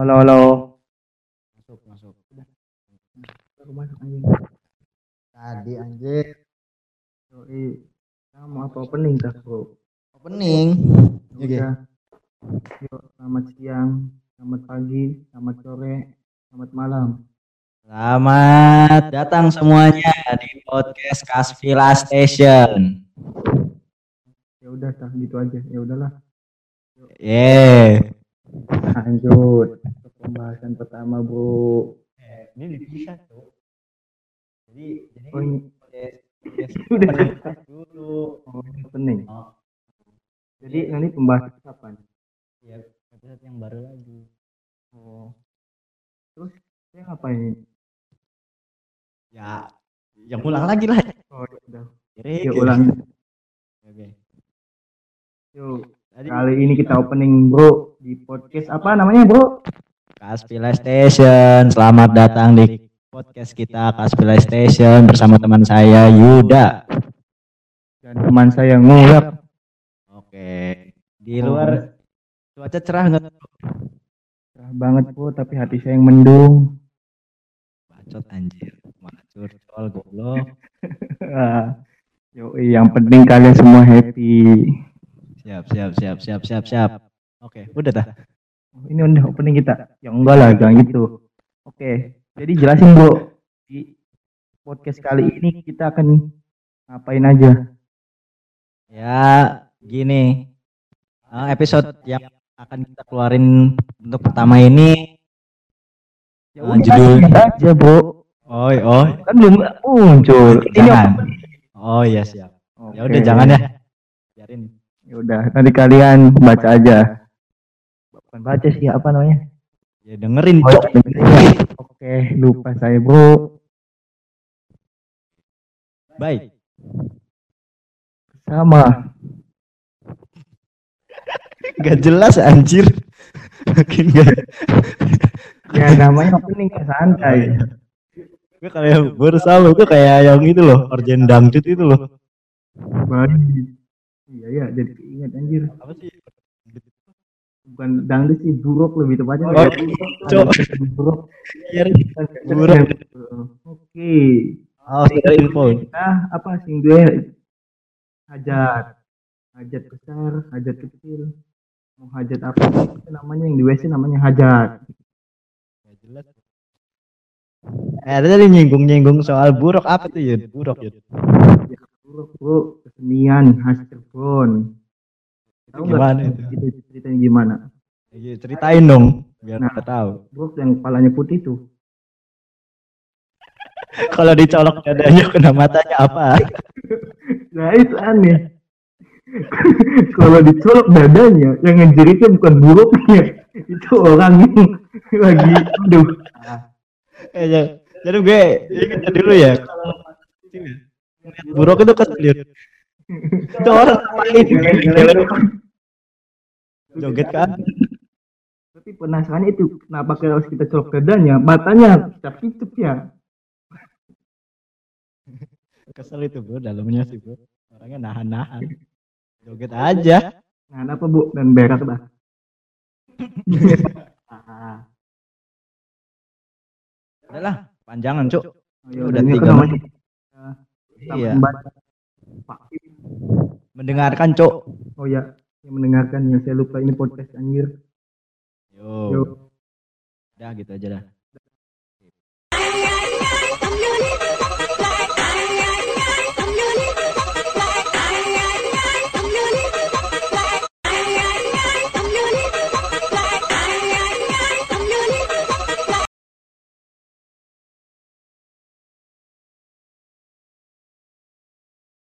Halo, halo. Masuk, masuk. Aku masuk anjing. Tadi anjir Yoi. Kamu apa opening tak, bro? opening. Ya Oke. udah. Yuk, selamat siang, selamat pagi, selamat sore, selamat malam. Selamat datang semuanya di podcast Kasvila Station. Ya udah, tak gitu aja. Ya udahlah. Yeay. Lanjut ke pembahasan pertama, bro. Ini dipisah tuh. Jadi Oh, ini podcast udah opening selesai. dulu. Oh, opening. Oh, Jadi nanti pembahasan kapan? ya episode yang baru lagi. Oh, terus saya ngapain? Ya, yang ulang lagi lah. Oh, ya udah. Kira Yuk ulang. Oke. Yuk. Tadi Kali ini kita opening, bro, di podcast apa namanya, bro? Kasvila Station. Selamat datang di podcast kita Kasvila Station bersama teman saya Yuda. Dan teman saya ngulap. Oke. Di luar cuaca cerah nggak? Cerah banget, bro, tapi hati saya yang mendung. Bacot anjir. Macur soal goblok. Yoi, yang penting kalian semua happy. Siap. Oke, udah dah. Oh, ini udah opening kita. Ya enggak lah, jangan gitu. Oke, jadi jelasin, bro. Di podcast kali ini kita akan ngapain aja? Ya, gini. Episode yang akan kita keluarin untuk pertama ini Ya udah judul aja, bro. Oi. Kan belum muncul. Ini Jangan. apa? Oh iya siap. Ya Oke. udah jangan ya. Biarin. Ya udah, nanti kalian baca aja. Bukan baca sih, apa namanya? Ya dengerin, Oh, Cok. oke, lupa saya, bro. Baik. Sama. Gak jelas anjir. Makin gak. Ya namanya opening ke santai. Gue kayak bersama gue kayak yang itu loh, Orjen Dangdut itu loh. Baik. Iya, jadi keinget anjir. Apa sih? Bukan dangdut sih, buruk lebih tepatnya. Oh, Cok. Buruk. Iya, buruk. Oke. Oh, sudah info. Apa sih gue? Hajat besar, hajat kecil. Mau hajat apa itu namanya, yang di WC namanya hajat. Gak jelas. Tadi nyinggung soal buruk apa tuh ya? Buruk ya. Ya, buruk, bro, kesenian khas Cirebon. Tahu Gimana nggak itu? ceritanya gimana? Ya, ceritain dong biar Nah, kita tahu. Bro, yang kepalanya putih tuh. Kalau dicolok dadanya kena matanya apa? Nah, itu aneh. Kalau dicolok dadanya, yang ngejeritnya bukan buruknya, itu orang yang lagi aduh. Jadi gue ingat dulu ya. Buruk itu keselir. Itu orang joget kan? Tapi penasaran itu kenapa harus kita colok dadanya, matanya kicap-kicap ya. Kesel itu bro, dalamnya sih bro. Orangnya nahan-nahan. Joget aja. Nah, apa bu? Dan berak dah. Udahlah, panjangan cuk. Udah Udah 3 menit. Iya. Mendengarkan cuk. Oh ya, yang mendengarkan ya, saya lupa ini podcast anjir. Yo. Udah gitu aja dah.